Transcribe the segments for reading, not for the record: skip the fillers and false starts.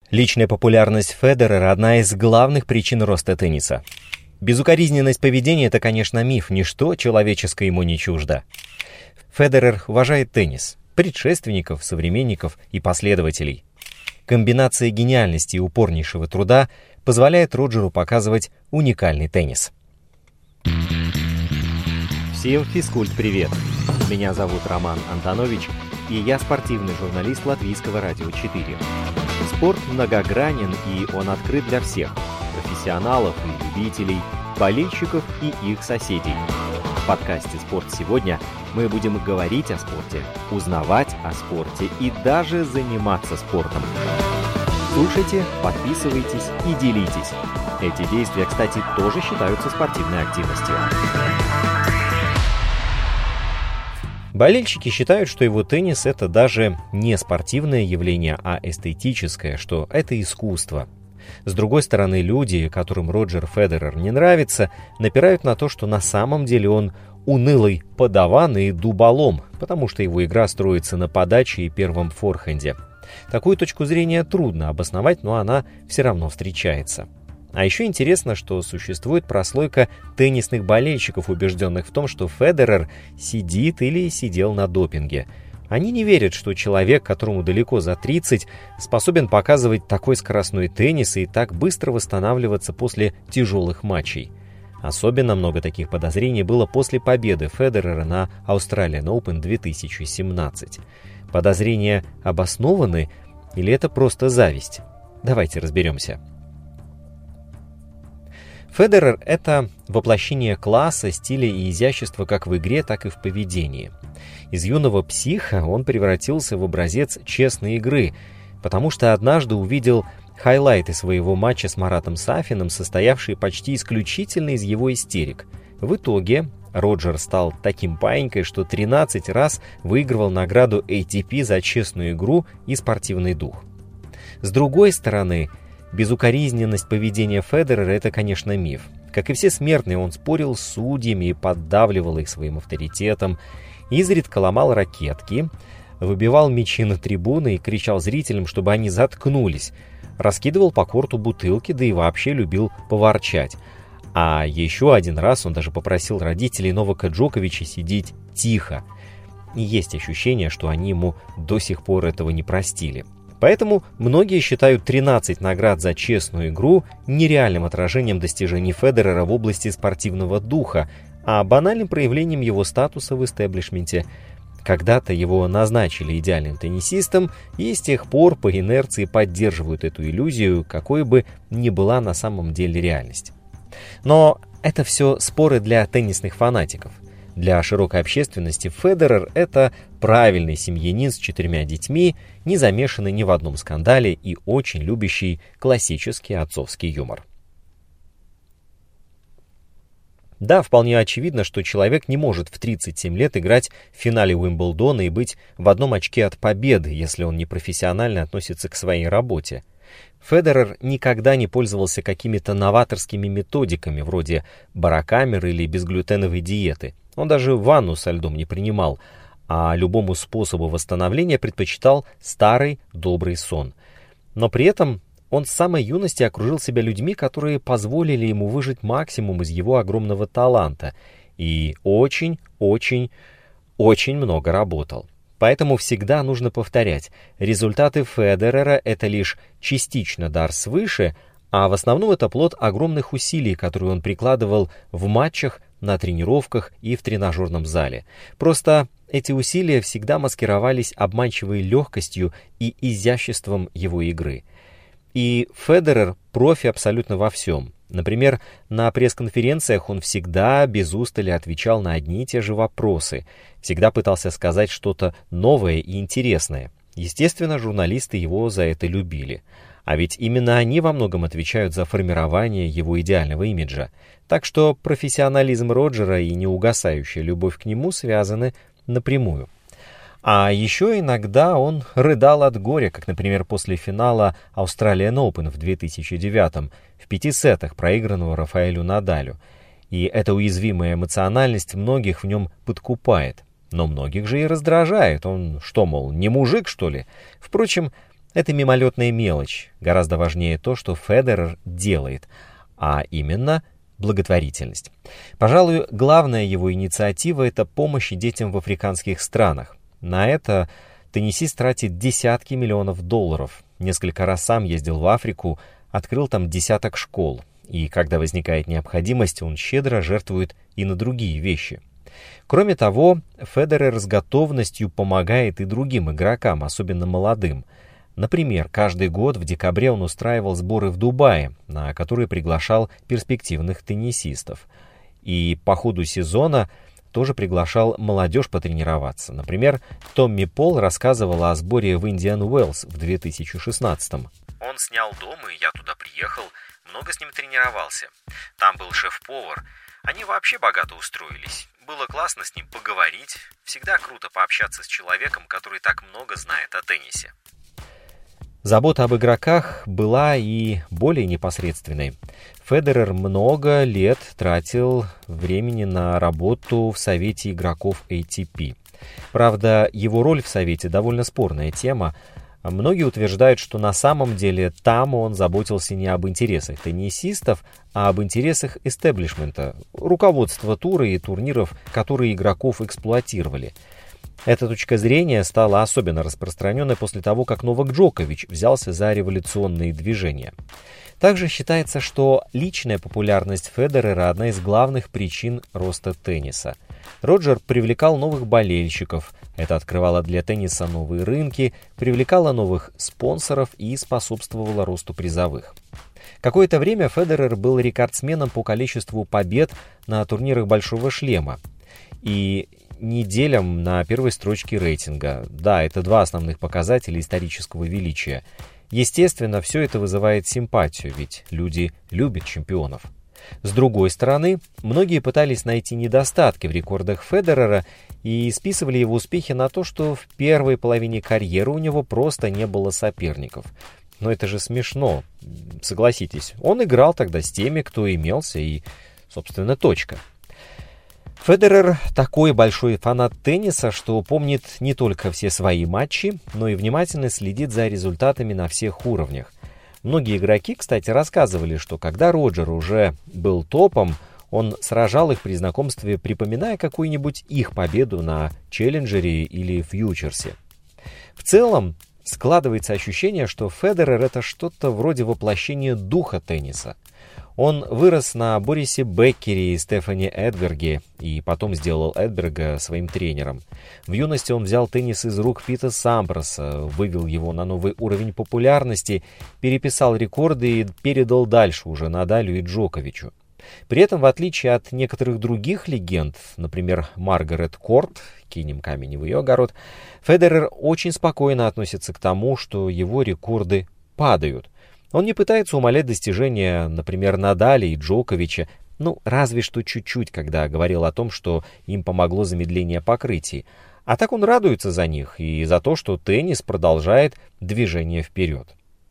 Личная популярность Федерера – одна из главных причин роста тенниса. Безукоризненность поведения – это, конечно, миф, ничто человеческое ему не чуждо. Федерер уважает теннис, предшественников, современников и последователей. Комбинация гениальности и упорнейшего труда позволяет Роджеру показывать уникальный теннис. Всем физкульт-привет! Меня зовут Роман Антонович, и я спортивный журналист Латвийского радио 4. Спорт многогранен, и он открыт для всех – профессионалов и любителей, болельщиков и их соседей. В подкасте «Спорт сегодня» мы будем говорить о спорте, узнавать о спорте и даже заниматься спортом. Слушайте, подписывайтесь и делитесь. Эти действия, кстати, тоже считаются спортивной активностью. Болельщики считают, что его теннис – это даже не спортивное явление, а эстетическое, что это искусство. С другой стороны, люди, которым Роджер Федерер не нравится, напирают на то, что на самом деле он унылый подаван и дуболом, потому что его игра строится на подаче и первом форхенде. Такую точку зрения трудно обосновать, но она все равно встречается. А еще интересно, что существует прослойка теннисных болельщиков, убежденных в том, что Федерер сидит или сидел на допинге. Они не верят, что человек, которому далеко за 30, способен показывать такой скоростной теннис и так быстро восстанавливаться после тяжелых матчей. Особенно много таких подозрений было после победы Федерера на Australian Open 2017. Подозрения обоснованы или это просто зависть? Давайте разберемся. Федерер – это воплощение класса, стиля и изящества как в игре, так и в поведении. Из юного психа он превратился в образец честной игры, потому что однажды увидел хайлайты своего матча с Маратом Сафиным, состоявшие почти исключительно из его истерик. В итоге Роджер стал таким паинькой, что 13 раз выигрывал награду ATP за честную игру и спортивный дух. С другой стороны, безукоризненность поведения Федерера – это, конечно, миф. Как и все смертные, он спорил с судьями и поддавливал их своим авторитетом, изредка ломал ракетки, выбивал мячи на трибуны и кричал зрителям, чтобы они заткнулись, раскидывал по корту бутылки, да и вообще любил поворчать. А еще один раз он даже попросил родителей Новака Джоковича сидеть тихо. И есть ощущение, что они ему до сих пор этого не простили. Поэтому многие считают 13 наград за честную игру нереальным отражением достижений Федерера в области спортивного духа, а банальным проявлением его статуса в истеблишменте. Когда-то его назначили идеальным теннисистом, и с тех пор по инерции поддерживают эту иллюзию, какой бы ни была на самом деле реальность. Но это все споры для теннисных фанатиков. Для широкой общественности Федерер – это правильный семьянин с 4 детьми, не замешанный ни в одном скандале и очень любящий классический отцовский юмор. Да, вполне очевидно, что человек не может в 37 лет играть в финале Уимблдона и быть в одном очке от победы, если он не профессионально относится к своей работе. Федерер никогда не пользовался какими-то новаторскими методиками, вроде барокамеры или безглютеновой диеты. Он даже ванну со льдом не принимал, а любому способу восстановления предпочитал старый добрый сон. Но при этом он с самой юности окружил себя людьми, которые позволили ему выжать максимум из его огромного таланта, и очень много работал. Поэтому всегда нужно повторять, результаты Федерера – это лишь частично дар свыше, а в основном это плод огромных усилий, которые он прикладывал в матчах, на тренировках и в тренажерном зале. Просто эти усилия всегда маскировались обманчивой легкостью и изяществом его игры. И Федерер профи абсолютно во всем. Например, на пресс-конференциях он всегда без устали отвечал на одни и те же вопросы, всегда пытался сказать что-то новое и интересное. Естественно, журналисты его за это любили. А ведь именно они во многом отвечают за формирование его идеального имиджа. Так что профессионализм Роджера и неугасающая любовь к нему связаны напрямую. А еще иногда он рыдал от горя, как, например, после финала Australian Open в 2009 в 5 сетах, проигранного Рафаэлю Надалю. И эта уязвимая эмоциональность многих в нем подкупает. Но многих же и раздражает. Он что, мол, не мужик, что ли? Впрочем, Это мимолетная мелочь, гораздо важнее то, что Федерер делает, а именно благотворительность. Пожалуй, главная его инициатива – это помощь детям в африканских странах. На это теннисист тратит десятки миллионов долларов. Несколько раз сам ездил в Африку, открыл там десяток школ. И когда возникает необходимость, он щедро жертвует и на другие вещи. Кроме того, Федерер с готовностью помогает и другим игрокам, особенно молодым. Например, каждый год в декабре он устраивал сборы в Дубае, на которые приглашал перспективных теннисистов. И по ходу сезона тоже приглашал молодежь потренироваться. Например, Томми Пол рассказывал о сборе в Индиан Уэллс в 2016-м. Он снял дом, и я туда приехал, много с ним тренировался. Там был шеф-повар. Они вообще богато устроились. Было классно с ним поговорить. Всегда круто пообщаться с человеком, который так много знает о теннисе. Забота об игроках была и более непосредственной. Федерер много лет тратил времени на работу в совете игроков ATP. Правда, его роль в совете довольно спорная тема. Многие утверждают, что на самом деле там он заботился не об интересах теннисистов, а об интересах истеблишмента, руководства тура и турниров, которые игроков эксплуатировали. Эта точка зрения стала особенно распространенной после того, как Новак Джокович взялся за революционные движения. Также считается, что личная популярность Федерера – одна из главных причин роста тенниса. Роджер привлекал новых болельщиков, это открывало для тенниса новые рынки, привлекало новых спонсоров и способствовало росту призовых. Какое-то время Федерер был рекордсменом по количеству побед на турнирах «Большого шлема» и неделям на первой строчке рейтинга. Да, это два основных показателя исторического величия. Естественно, все это вызывает симпатию, ведь люди любят чемпионов. С другой стороны, многие пытались найти недостатки в рекордах Федерера и списывали его успехи на то, что в первой половине карьеры у него просто не было соперников. Но это же смешно, согласитесь. Он играл тогда с теми, кто имелся, и, собственно, точка. Федерер такой большой фанат тенниса, что помнит не только все свои матчи, но и внимательно следит за результатами на всех уровнях. Многие игроки, кстати, рассказывали, что когда Роджер уже был топом, он сражал их при знакомстве, припоминая какую-нибудь их победу на Челленджере или Фьючерсе. В целом, складывается ощущение, что Федерер — это что-то вроде воплощения духа тенниса. Он вырос на Борисе Беккере и Стефане Эдберге, и потом сделал Эдберга своим тренером. В юности он взял теннис из рук Пита Сампроса, вывел его на новый уровень популярности, переписал рекорды и передал дальше уже Надалю и Джоковичу. При этом, в отличие от некоторых других легенд, например, Маргарет Корт, кинем камень в ее огород, Федерер очень спокойно относится к тому, что его рекорды падают. Он не пытается умалять достижения, например, Надаля и Джоковича, разве что чуть-чуть, когда говорил о том, что им помогло замедление покрытий. А так он радуется за них и за то, что теннис продолжает движение вперед.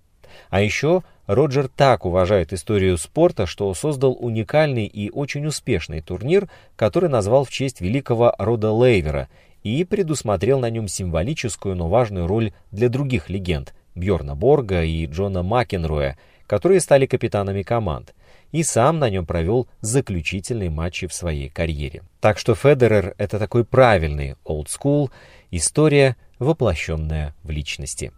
А еще Роджер так уважает историю спорта, что создал уникальный и очень успешный турнир, который назвал в честь великого Рода Лейвера и предусмотрел на нем символическую, но важную роль для других легенд – Бьорна Борга и Джона Макенроя, которые стали капитанами команд, и сам на нем провел заключительные матчи в своей карьере. Так что Федерер — это такой правильный old school, история, воплощенная в личности.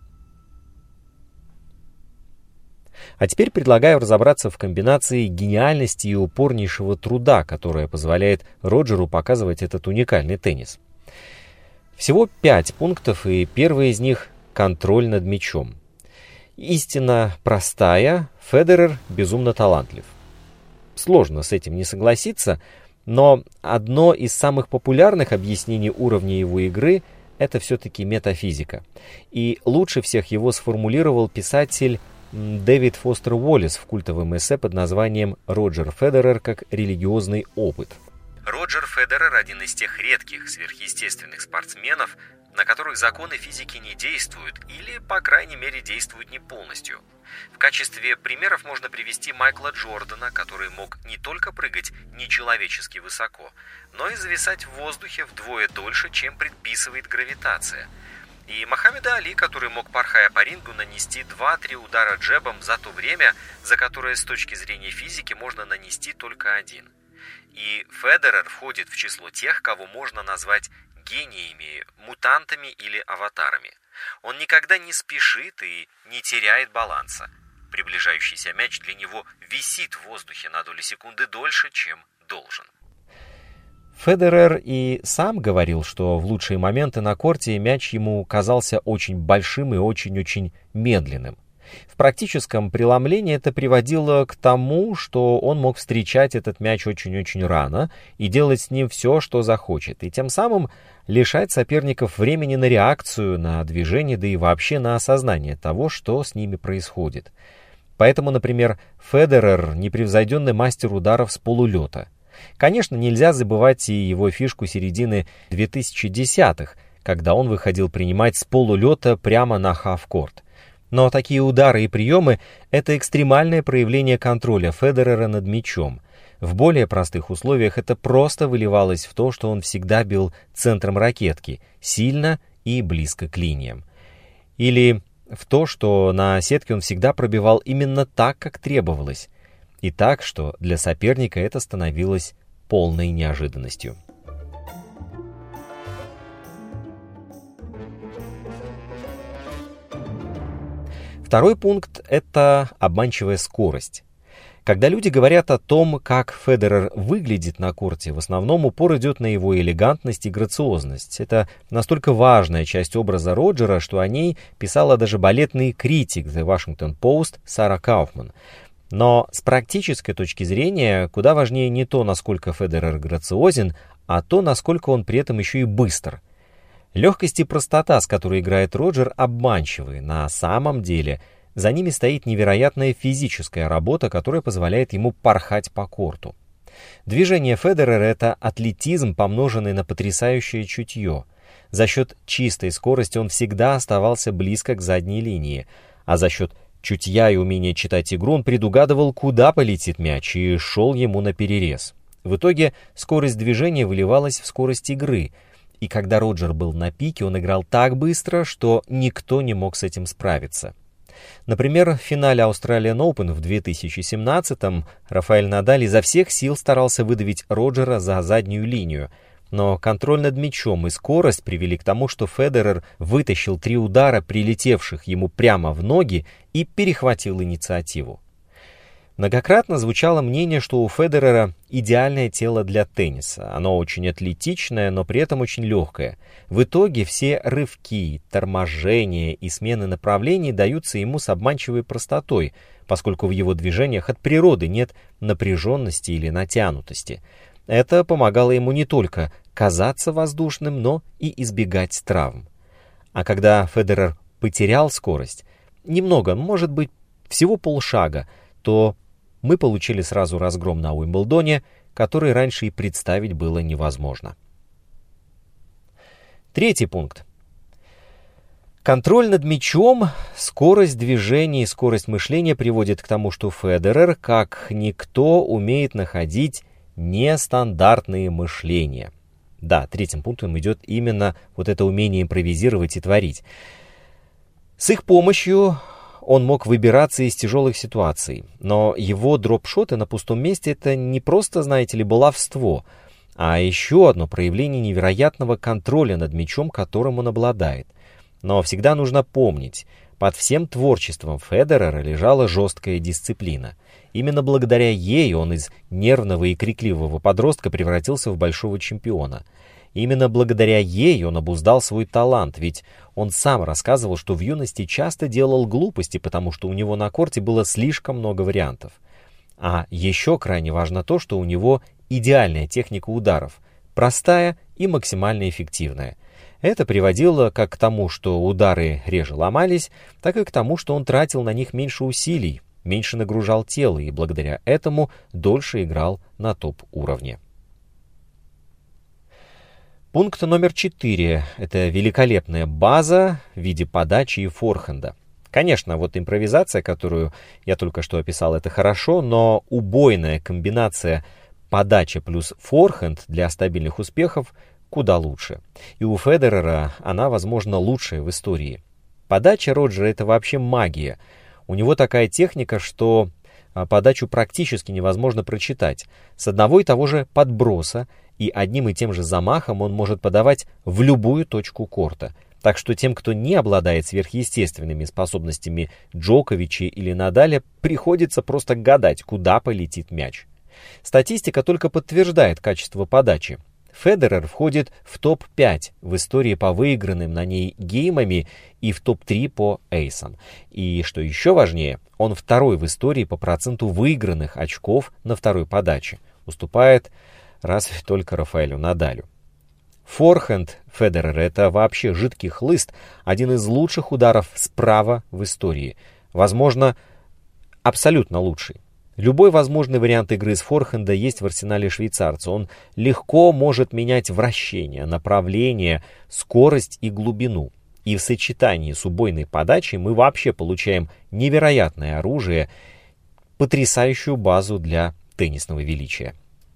А теперь предлагаю разобраться в комбинации гениальности и упорнейшего труда, которая позволяет Роджеру показывать этот уникальный теннис. Всего 5 пунктов, и первый из них — контроль над мячом. Истина простая, Федерер безумно талантлив. Сложно с этим не согласиться, но одно из самых популярных объяснений уровня его игры — это все-таки метафизика. И лучше всех его сформулировал писатель Дэвид Фостер Уоллес в культовом эссе под названием «Роджер Федерер как религиозный опыт». Роджер Федерер – один из тех редких сверхъестественных спортсменов, на которых законы физики не действуют или, по крайней мере, действуют не полностью. В качестве примеров можно привести Майкла Джордана, который мог не только прыгать нечеловечески высоко, но и зависать в воздухе вдвое дольше, чем предписывает гравитация. И Мохаммеда Али, который мог, порхая по рингу, нанести 2-3 удара джебом за то время, за которое с точки зрения физики можно нанести только один. И Федерер входит в число тех, кого можно назвать гениями, мутантами или аватарами. Он никогда не спешит и не теряет баланса. Приближающийся мяч для него висит в воздухе на долю секунды дольше, чем должен. Федерер и сам говорил, что в лучшие моменты на корте мяч ему казался очень большим и очень-очень медленным. В практическом преломлении это приводило к тому, что он мог встречать этот мяч очень-очень рано и делать с ним все, что захочет, и тем самым лишать соперников времени на реакцию, на движение, да и вообще на осознание того, что с ними происходит. Поэтому, например, Федерер — непревзойденный мастер ударов с полулета. Конечно, нельзя забывать и его фишку середины 2010-х, когда он выходил принимать с полулета прямо на халфкорт. Но такие удары и приемы — это экстремальное проявление контроля Федерера над мячом. В более простых условиях это просто выливалось в то, что он всегда бил центром ракетки, сильно и близко к линиям. Или в то, что на сетке он всегда пробивал именно так, как требовалось. И так, что для соперника это становилось полной неожиданностью. Второй пункт — это обманчивая скорость. Когда люди говорят о том, как Федерер выглядит на корте, в основном упор идет на его элегантность и грациозность. Это настолько важная часть образа Роджера, что о ней писала даже балетный критик The Washington Post Сара Кауфман. Но с практической точки зрения куда важнее не то, насколько Федерер грациозен, а то, насколько он при этом еще и быстр. Легкость и простота, с которой играет Роджер, обманчивы. На самом деле за ними стоит невероятная физическая работа, которая позволяет ему порхать по корту. Движение Федерера — это атлетизм, помноженный на потрясающее чутье. За счет чистой скорости он всегда оставался близко к задней линии, а за счет чутья и умения читать игру он предугадывал, куда полетит мяч, и шел ему наперерез. В итоге скорость движения выливалась в скорость игры, и когда Роджер был на пике, он играл так быстро, что никто не мог с этим справиться. Например, в финале Australian Open в 2017-м Рафаэль Надаль изо всех сил старался выдавить Роджера за заднюю линию, но контроль над мячом и скорость привели к тому, что Федерер вытащил 3 удара, прилетевших ему прямо в ноги, и перехватил инициативу. Многократно звучало мнение, что у Федерера идеальное тело для тенниса. Оно очень атлетичное, но при этом очень легкое. В итоге все рывки, торможения и смены направлений даются ему с обманчивой простотой, поскольку в его движениях от природы нет напряженности или натянутости. Это помогало ему не только казаться воздушным, но и избегать травм. А когда Федерер потерял скорость, немного, может быть, всего полшага, то мы получили сразу разгром на Уимблдоне, который раньше и представить было невозможно. Третий пункт. Контроль над мячом, скорость движения и скорость мышления приводит к тому, что Федерер, как никто, умеет находить нестандартные мышления. Да, третьим пунктом идет именно вот это умение импровизировать и творить. С их помощью он мог выбираться из тяжелых ситуаций, но его дропшоты на пустом месте — это не просто, знаете ли, баловство, а еще одно проявление невероятного контроля над мячом, которым он обладает. Но всегда нужно помнить, под всем творчеством Федерера лежала жесткая дисциплина. Именно благодаря ей он из нервного и крикливого подростка превратился в большого чемпиона. Именно благодаря ей он обуздал свой талант, ведь он сам рассказывал, что в юности часто делал глупости, потому что у него на корте было слишком много вариантов. А еще крайне важно то, что у него идеальная техника ударов, простая и максимально эффективная. Это приводило как к тому, что удары реже ломались, так и к тому, что он тратил на них меньше усилий, меньше нагружал тело и благодаря этому дольше играл на топ-уровне. Пункт номер 4 — это великолепная база в виде подачи и форхенда. Конечно, вот импровизация, которую я только что описал, это хорошо, но убойная комбинация подача плюс форхенд для стабильных успехов куда лучше. И у Федерера она, возможно, лучшая в истории. Подача Роджера — это вообще магия. У него такая техника, что подачу практически невозможно прочитать. С одного и того же подброса и одним и тем же замахом он может подавать в любую точку корта. Так что тем, кто не обладает сверхъестественными способностями Джоковича или Надаля, приходится просто гадать, куда полетит мяч. Статистика только подтверждает качество подачи. Федерер входит в топ-5 в истории по выигранным на ней геймами и в топ-3 по эйсам. И, что еще важнее, он второй в истории по проценту выигранных очков на второй подаче. Уступает разве только Рафаэлю Надалю. Форхенд Федерера — это вообще жидкий хлыст, один из лучших ударов справа в истории. Возможно, абсолютно лучший. Любой возможный вариант игры с форхенда есть в арсенале швейцарца. Он легко может менять вращение, направление, скорость и глубину. И в сочетании с убойной подачей мы вообще получаем невероятное оружие, потрясающую базу для теннисного величия.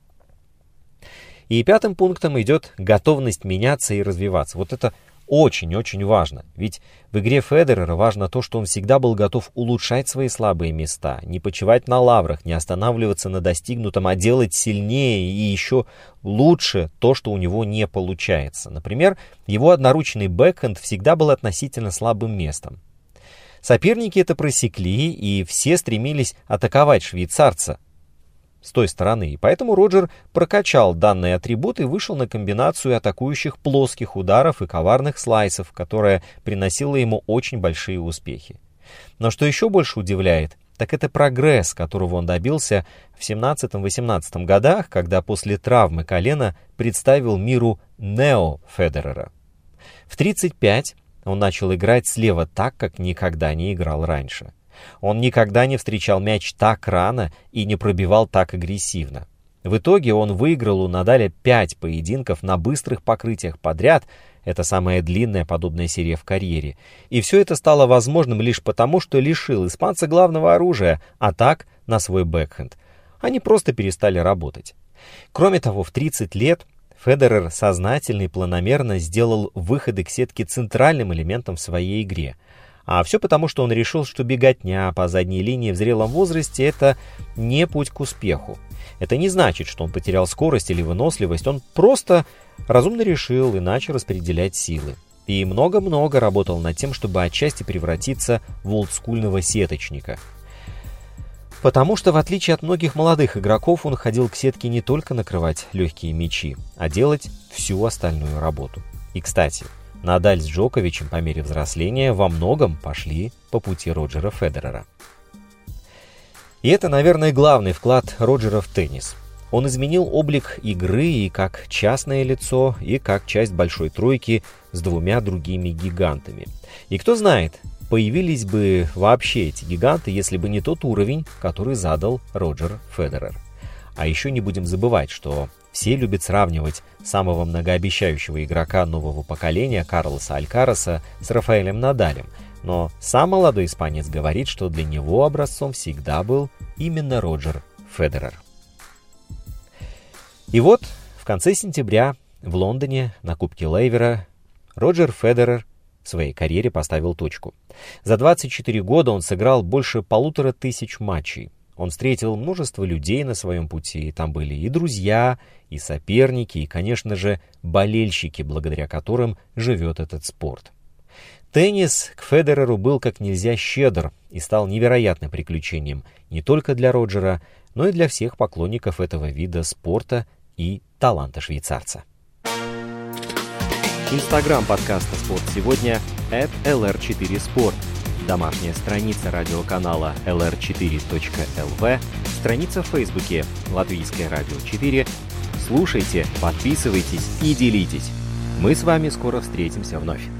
И пятым пунктом идет готовность меняться и развиваться. Вот это очень-очень важно. Ведь в игре Федерера важно то, что он всегда был готов улучшать свои слабые места, не почивать на лаврах, не останавливаться на достигнутом, а делать сильнее и еще лучше то, что у него не получается. Например, его одноручный бэкхенд всегда был относительно слабым местом. Соперники это просекли, и все стремились атаковать швейцарца с той стороны. И поэтому Роджер прокачал данный атрибут и вышел на комбинацию атакующих плоских ударов и коварных слайсов, которая приносила ему очень большие успехи. Но что еще больше удивляет, так это прогресс, которого он добился в 17-18 годах, когда после травмы колена представил миру Нео Федерера. В 35 он начал играть слева так, как никогда не играл раньше. Он никогда не встречал мяч так рано и не пробивал так агрессивно. В итоге он выиграл у Надаля 5 поединков на быстрых покрытиях подряд. Это самая длинная подобная серия в карьере. И все это стало возможным лишь потому, что лишил испанца главного оружия — атак на свой бэкхенд. Они просто перестали работать. Кроме того, в 30 лет Федерер сознательно и планомерно сделал выходы к сетке центральным элементом в своей игре. А все потому, что он решил, что беготня по задней линии в зрелом возрасте — это не путь к успеху. Это не значит, что он потерял скорость или выносливость, он просто разумно решил иначе распределять силы. И много-много работал над тем, чтобы отчасти превратиться в олдскульного сеточника. Потому что, в отличие от многих молодых игроков, он ходил к сетке не только накрывать легкие мячи, а делать всю остальную работу. И, кстати, Надаль с Джоковичем по мере взросления во многом пошли по пути Роджера Федерера. И это, наверное, главный вклад Роджера в теннис. Он изменил облик игры и как частное лицо, и как часть большой тройки с двумя другими гигантами. И кто знает, появились бы вообще эти гиганты, если бы не тот уровень, который задал Роджер Федерер. А еще не будем забывать, что все любят сравнивать самого многообещающего игрока нового поколения Карлоса Алькараса с Рафаэлем Надалем. Но сам молодой испанец говорит, что для него образцом всегда был именно Роджер Федерер. И вот в конце сентября в Лондоне на Кубке Лейвера Роджер Федерер в своей карьере поставил точку. За 24 года он сыграл больше 1500 матчей. Он встретил множество людей на своем пути, там были и друзья, и соперники, и, конечно же, болельщики, благодаря которым живет этот спорт. Теннис к Федереру был как нельзя щедр и стал невероятным приключением не только для Роджера, но и для всех поклонников этого вида спорта и таланта швейцарца. Инстаграм подкаста «Спорт сегодня» @LR4Sport. Домашняя страница радиоканала lr4.lv, страница в Фейсбуке «Латвийское радио 4». Слушайте, подписывайтесь и делитесь. Мы с вами скоро встретимся вновь.